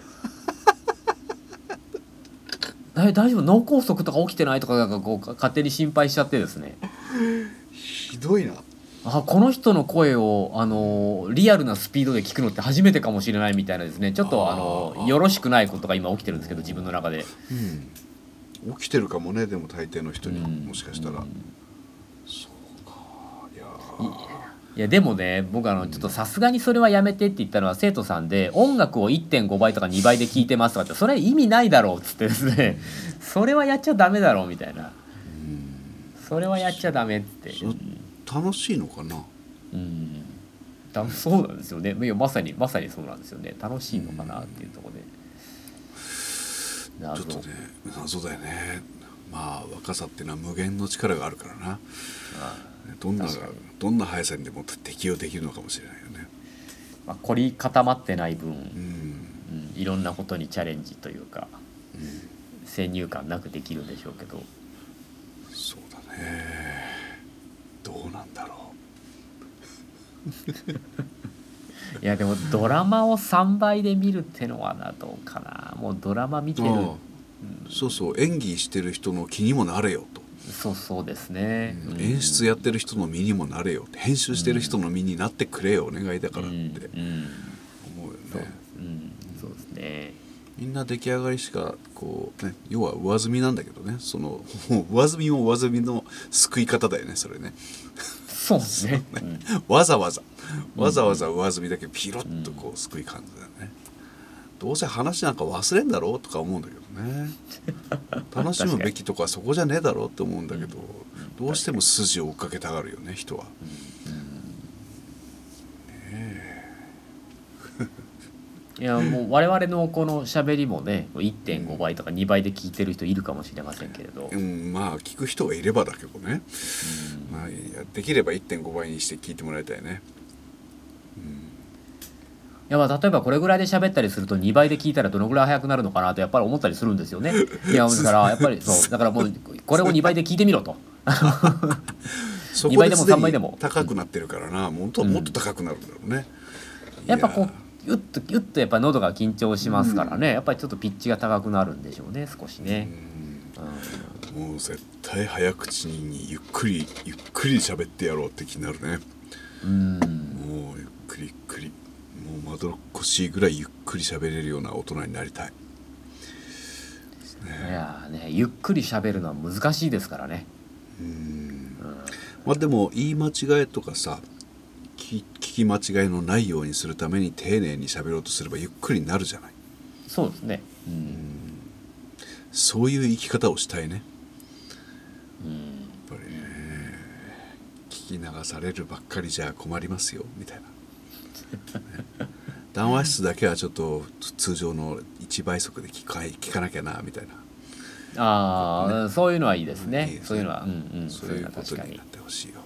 [SPEAKER 1] 大丈夫脳梗塞とか起きてないとかなんかこう勝手に心配しちゃってですね。
[SPEAKER 2] ひどいな。
[SPEAKER 1] この人の声をリアルなスピードで聞くのって初めてかもしれないみたいなですね、ちょっとよろしくないことが今起きてるんですけど自分の中で、
[SPEAKER 2] 起きてるかもね。でも大抵の人にもしかしたら、そうか。
[SPEAKER 1] いやでもね、僕ちょっとさすがにそれはやめてって言ったのは生徒さんで、音楽を 1.5 倍とか2倍で聴いてますとかって、それ意味ないだろうっつってですね、それはやっちゃダメだろうみたいな、それはやっちゃダメって。
[SPEAKER 2] 楽しいのかな。
[SPEAKER 1] そうなんですよね。いやまさにそうなんですよね。楽しいのかなっていうところで、
[SPEAKER 2] ちょっとね謎だよね。まあ若さっていうのは無限の力があるからな。どんな速さにでも適用できるのかもしれないよね。
[SPEAKER 1] 凝り固まってない分、いろんなことにチャレンジというか、先入観なくできるんでしょうけど。
[SPEAKER 2] そうだね。どうなんだろ
[SPEAKER 1] う。いやでもドラマを3倍で見るってのはどうかな。もうドラマ見てる、
[SPEAKER 2] そうそう、演技してる人の気にもなれよと。
[SPEAKER 1] そうですね、
[SPEAKER 2] 演出やってる人の身にもなれよ、編集してる人の身になってくれよ、お願いだからって思うよね。
[SPEAKER 1] そうですね。
[SPEAKER 2] みんな出来上がりしかこうね、要は上積みなんだけどね、その上積みも上積みの救い方だよね、それね。
[SPEAKER 1] そうですね。
[SPEAKER 2] わざわざ上積みだけピロッとこう救い感じだよね。どうせ話なんか忘れんだろうとか思うんだけどね。楽しむべきとかそこじゃねえだろうって思うんだけど、どうしても筋を追っかけたがるよね、人は。
[SPEAKER 1] いやもう我々のこの喋りもね 1.5 倍とか2倍で聞いてる人いるかもしれませんけれど、
[SPEAKER 2] まあ聞く人がいればだけどね、まあ、できれば 1.5 倍にして聞いてもらいたいね。
[SPEAKER 1] いや例えばこれぐらいで喋ったりすると2倍で聞いたらどのぐらい速くなるのかなとやっぱり思ったりするんですよね。いやだからやっぱりそうだからもうこれを2倍で聞いてみろと。
[SPEAKER 2] 2倍でも3倍でも高くなってるからな、もっと高くなるんだろうね。
[SPEAKER 1] やっぱこうゆっとやっぱ喉が緊張しますからね、やっぱりちょっとピッチが高くなるんでしょうね、少しね。
[SPEAKER 2] もう絶対早口にゆっくり喋ってやろうって気になるね。もうゆっくりもうまどろっこしいぐらいゆっくり喋れるような大人になりたい。
[SPEAKER 1] いやね、ゆっくり喋るのは難しいですからね。
[SPEAKER 2] まあでも言い間違いとかさ、聞き間違いのないようにするために丁寧に喋ろうとすればゆっくりになるじゃない。
[SPEAKER 1] そうですね。
[SPEAKER 2] そういう生き方をしたいね。やっぱりね、聞き流されるばっかりじゃ困りますよみたいな。談話室だけはちょっと通常の1倍速で聞かなきゃなみたいな。
[SPEAKER 1] そういうのはいいですね。そういうのは、
[SPEAKER 2] そういうことになってほしいよ。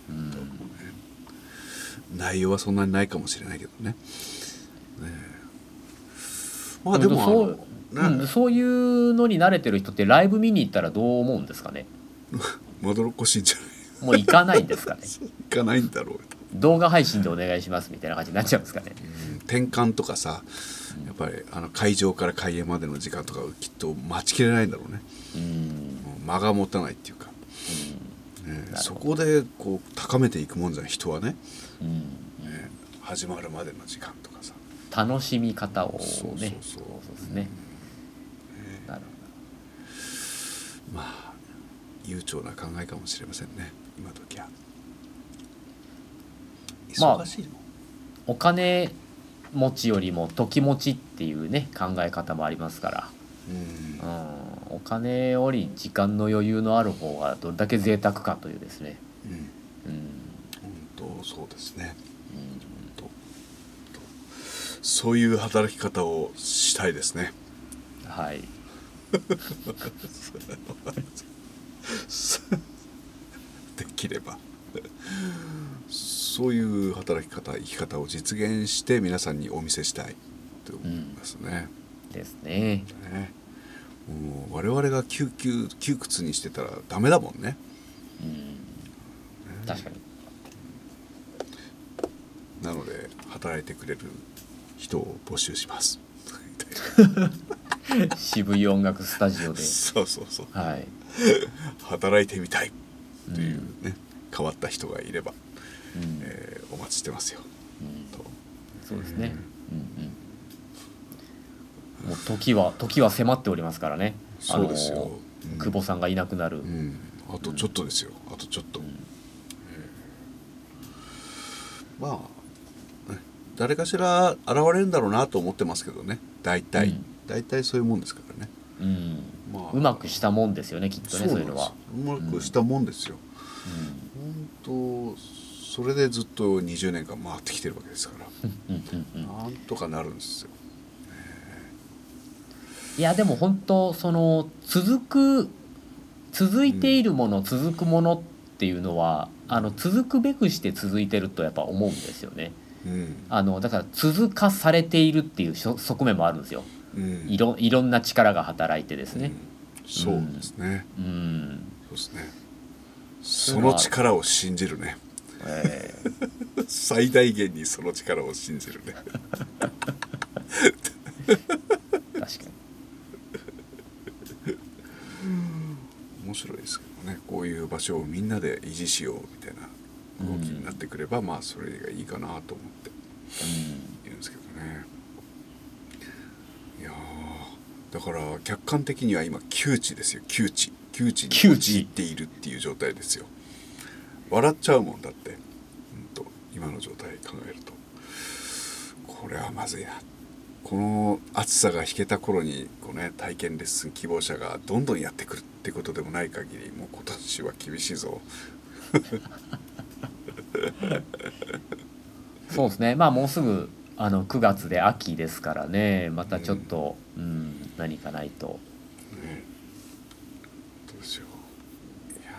[SPEAKER 2] 内容はそんなにないかもしれないけどね。まあでも
[SPEAKER 1] そういうのに慣れてる人ってライブ見に行ったらどう思うんですかね。
[SPEAKER 2] まどろっこしいんじゃない。
[SPEAKER 1] もう行かないんですかね。
[SPEAKER 2] 行かないんだろう。
[SPEAKER 1] 動画配信でお願いしますみたいな感じになっちゃうんですかね。
[SPEAKER 2] 転換とかさ、やっぱり会場から開演までの時間とかきっと待ちきれないんだろうね。間が持たないっていうか、そこでこう高めていくもんじゃん、人はね。始まるまでの時間とかさ、
[SPEAKER 1] 楽しみ方をね。そうですね。 なる
[SPEAKER 2] まあ悠長な考えかもしれませんね今時は。忙しいの、
[SPEAKER 1] お金持ちよりも時持ちっていうね考え方もありますから、お金より時間の余裕のある方がどれだけ贅沢かというですね。
[SPEAKER 2] 本当そうですね。そういう働き方をしたいですね。
[SPEAKER 1] はい。
[SPEAKER 2] できればそういう働き方生き方を実現して皆さんにお見せしたいと思いますね。
[SPEAKER 1] ですね。
[SPEAKER 2] もう我々が窮屈にしてたらダメだもんね。
[SPEAKER 1] 確かに。
[SPEAKER 2] なので働いてくれる人を募集します。
[SPEAKER 1] 渋い音楽スタジオで。
[SPEAKER 2] そうそうそう。
[SPEAKER 1] はい。
[SPEAKER 2] 働いてみたいというね、変わった人がいれば、お待ちしてますよ。
[SPEAKER 1] そうですね。もう時は迫っておりますからね。
[SPEAKER 2] そうですよ。
[SPEAKER 1] 久保さんがいなくなる。
[SPEAKER 2] あとちょっとですよ。あとちょっと。まあ、ね、誰かしら現れるんだろうなと思ってますけどね。大体そういうもんですからね。
[SPEAKER 1] まあ、うまくしたもんですよねきっとね。そういうのは
[SPEAKER 2] うまくしたもんですよ。本当それでずっと20年間回ってきてるわけですからなんとかなるんですよ。
[SPEAKER 1] いやでも本当その続いているもの、続くものっていうのは続くべくして続いてるとやっぱ思うんですよね。だから続かされているっていう側面もあるんですよ。いろんな力が働いてですね。
[SPEAKER 2] そうですね。そうですね。その力を信じるね。最大限にその力を信じるね。
[SPEAKER 1] 確かに。
[SPEAKER 2] 面白いですけどね。こういう場所をみんなで維持しようみたいな動きになってくれば、まあそれがいいかなと思っているんですけどね。いやだから客観的には今窮地ですよ。窮地に陥っているっていう状態ですよ。笑っちゃうもんだって、今の状態考えるとこれはまずいな。この暑さが引けた頃に体験レッスン希望者がどんどんやってくるってことでもない限りもう今年は厳しいぞ。
[SPEAKER 1] そうですね。まあもうすぐ9月で秋ですからね。またちょっと、何かないと。
[SPEAKER 2] どうしよう。いや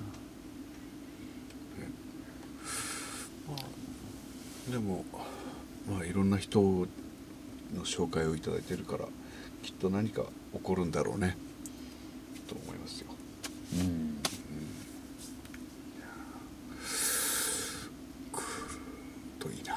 [SPEAKER 2] でもまあいろんな人の紹介をいただいてるからきっと何か起こるんだろうねと思いますよ。といいな。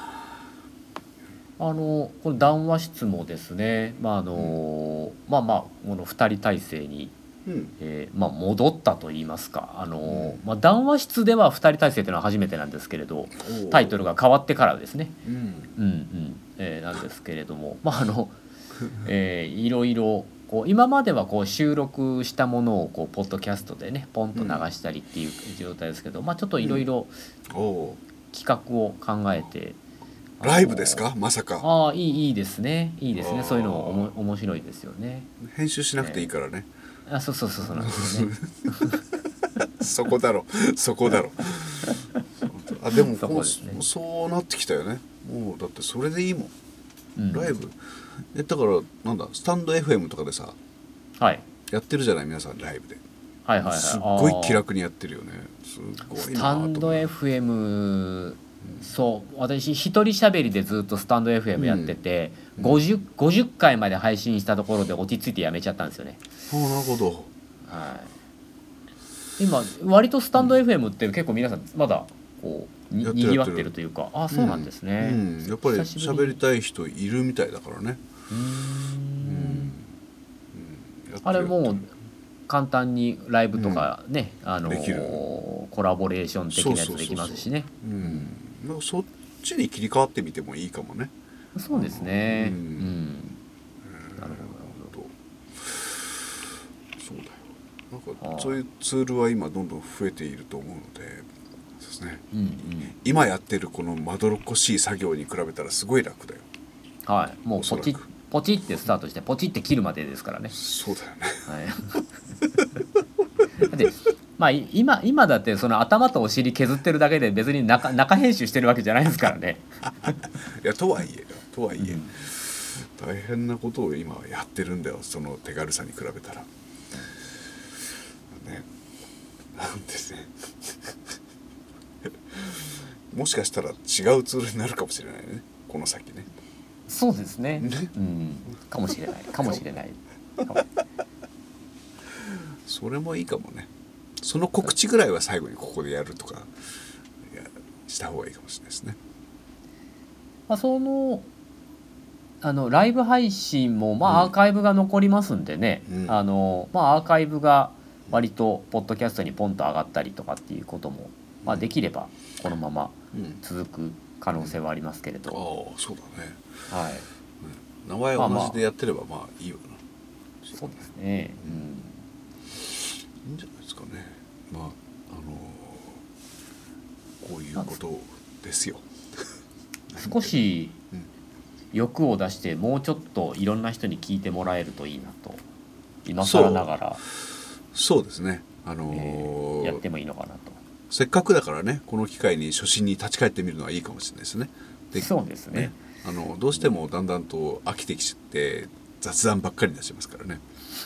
[SPEAKER 1] この談話室もですね、まあこの2人体制に、戻ったといいますか、談話室では2人体制というのは初めてなんですけれど、タイトルが変わってからですね、なんですけれども、いろいろ今までは収録したものをポッドキャストでねポンと流したりっていう状態ですけど、ちょっといろいろ企画を考えて。
[SPEAKER 2] ライブですか、まさか。
[SPEAKER 1] いいですね、いいですね。そういうのも面白いですよね。
[SPEAKER 2] 編集しなくていいからね。
[SPEAKER 1] そうなんですよね。
[SPEAKER 2] そこだろ。でもそうなってきたよね。もうだってそれでいいもん。ライブだからなんだスタンド FM とかでさ、やってるじゃない皆さんライブで。すっごい気楽にやってるよね。すごいな。
[SPEAKER 1] スタンド FM、そう私一人喋りでずっとスタンド FM やってて、50回まで配信したところで落ち着いてやめちゃったんですよね。
[SPEAKER 2] なるほど。
[SPEAKER 1] 今割とスタンド FM って結構皆さんまだにぎわってるというか、そうなんですね。
[SPEAKER 2] やっぱり喋りたい人いるみたいだからね。
[SPEAKER 1] あれもう簡単にライブとかね、コラボレーション的なやつできますしね。
[SPEAKER 2] そっちに切り替わってみてもいいかもね。
[SPEAKER 1] そうですね。なるほど。
[SPEAKER 2] そうだよ。なんかそういうツールは今どんどん増えていると思うので、そうですね、今やってるこのまどろっこしい作業に比べたらすごい楽だよ。
[SPEAKER 1] はい、もうポチってスタートしてポチって切るまでですからね。
[SPEAKER 2] そうだよね、
[SPEAKER 1] はい、でまあ今だってその頭とお尻削ってるだけで別に中編集してるわけじゃないですからね。
[SPEAKER 2] いやとはいえ大変なことを今やってるんだよ、その手軽さに比べたら。ね、なんですね。もしかしたら違うツールになるかもしれないね、この先ね。
[SPEAKER 1] そうですね。かもしれない
[SPEAKER 2] それもいいかもね。その告知ぐらいは最後にここでやるとかした方がいいかもしれないですね。
[SPEAKER 1] まあ、ライブ配信もアーカイブが残りますんでね、アーカイブが割とポッドキャストにポンと上がったりとかっていうことも、できればこのまま続く可能性はありますけれど、
[SPEAKER 2] ああそうだね、
[SPEAKER 1] はい、
[SPEAKER 2] 名前同じでやってればいいよな。
[SPEAKER 1] そうですね、
[SPEAKER 2] いいんじゃないですかね。こういうことですよ。
[SPEAKER 1] 少し欲を出してもうちょっといろんな人に聞いてもらえるといいなと今更ながら
[SPEAKER 2] そうですね、
[SPEAKER 1] やってもいいのかなと。
[SPEAKER 2] せっかくだからね、この機会に初心に立ち返ってみるのはいいかもしれないですね。
[SPEAKER 1] そうですね。
[SPEAKER 2] どうしてもだんだんと飽きてきちゃって雑談ばっかりになっちゃいますからね。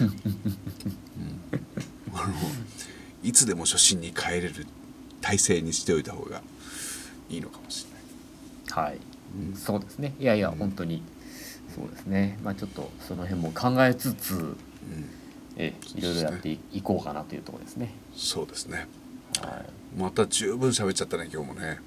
[SPEAKER 2] いつでも初心に帰れる体制にしておいた方がいいのかもしれない。
[SPEAKER 1] はい、そうですね。いや本当にそうですね。ちょっとその辺も考えつつ、いろいろやっていこうかなというところですね。
[SPEAKER 2] そうですね。
[SPEAKER 1] はい、
[SPEAKER 2] また十分喋っちゃったね今日もね。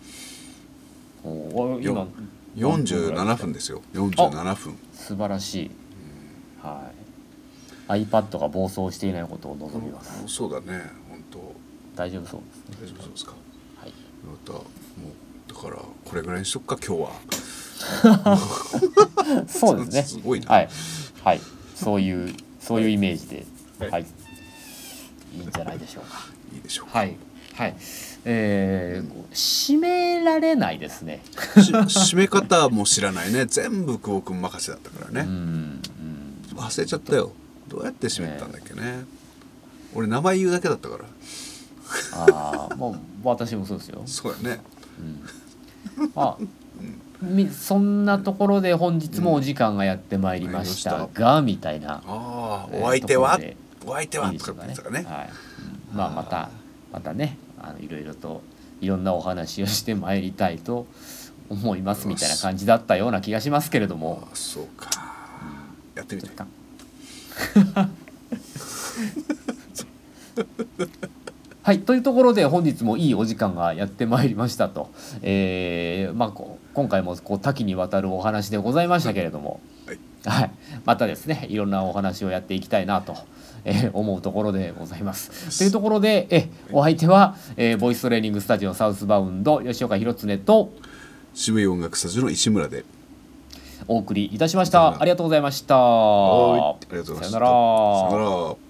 [SPEAKER 1] 今
[SPEAKER 2] 47分ですよ。47分。
[SPEAKER 1] 素晴らしい。はい。iPad が暴走していないことを望みます。
[SPEAKER 2] そうだね。本当。
[SPEAKER 1] 大丈夫そうですね。
[SPEAKER 2] 大丈夫そうですか。
[SPEAKER 1] はい。
[SPEAKER 2] またもうだからこれぐらいにしとくか今日は。
[SPEAKER 1] そうですね。
[SPEAKER 2] すごいな。
[SPEAKER 1] はいはい。そういうイメージで、はい。いいんじゃないでしょうか。
[SPEAKER 2] いいでしょうか。
[SPEAKER 1] はいはい。締められないですね。
[SPEAKER 2] 締め方も知らないね。全部久保君任せだったからね。忘れちゃったよ。どうやって締めたんだっけね。俺名前言うだけだったから。
[SPEAKER 1] もう私もそうですよ。
[SPEAKER 2] そうやね。
[SPEAKER 1] そんなところで本日もお時間がやってまいりましたが、みたいな。
[SPEAKER 2] お相手はとか言ってたかね。
[SPEAKER 1] はい。またね、いろいろといろんなお話をしてまいりたいと思いますみたいな感じだったような気がしますけれども。
[SPEAKER 2] そうか。やってみて。
[SPEAKER 1] はい、というところで本日もいいお時間がやってまいりましたと、今回も多岐にわたるお話でございましたけれども、はい、またですねいろんなお話をやっていきたいなと、思うところでございます。というところでお相手は、ボイストレーニングスタジオサウスバウンド吉岡弘恒と
[SPEAKER 2] 渋谷音楽スタジオの石村で
[SPEAKER 1] お送りいたしました。ありがとうございました。
[SPEAKER 2] ありがとうございました。
[SPEAKER 1] さよなら。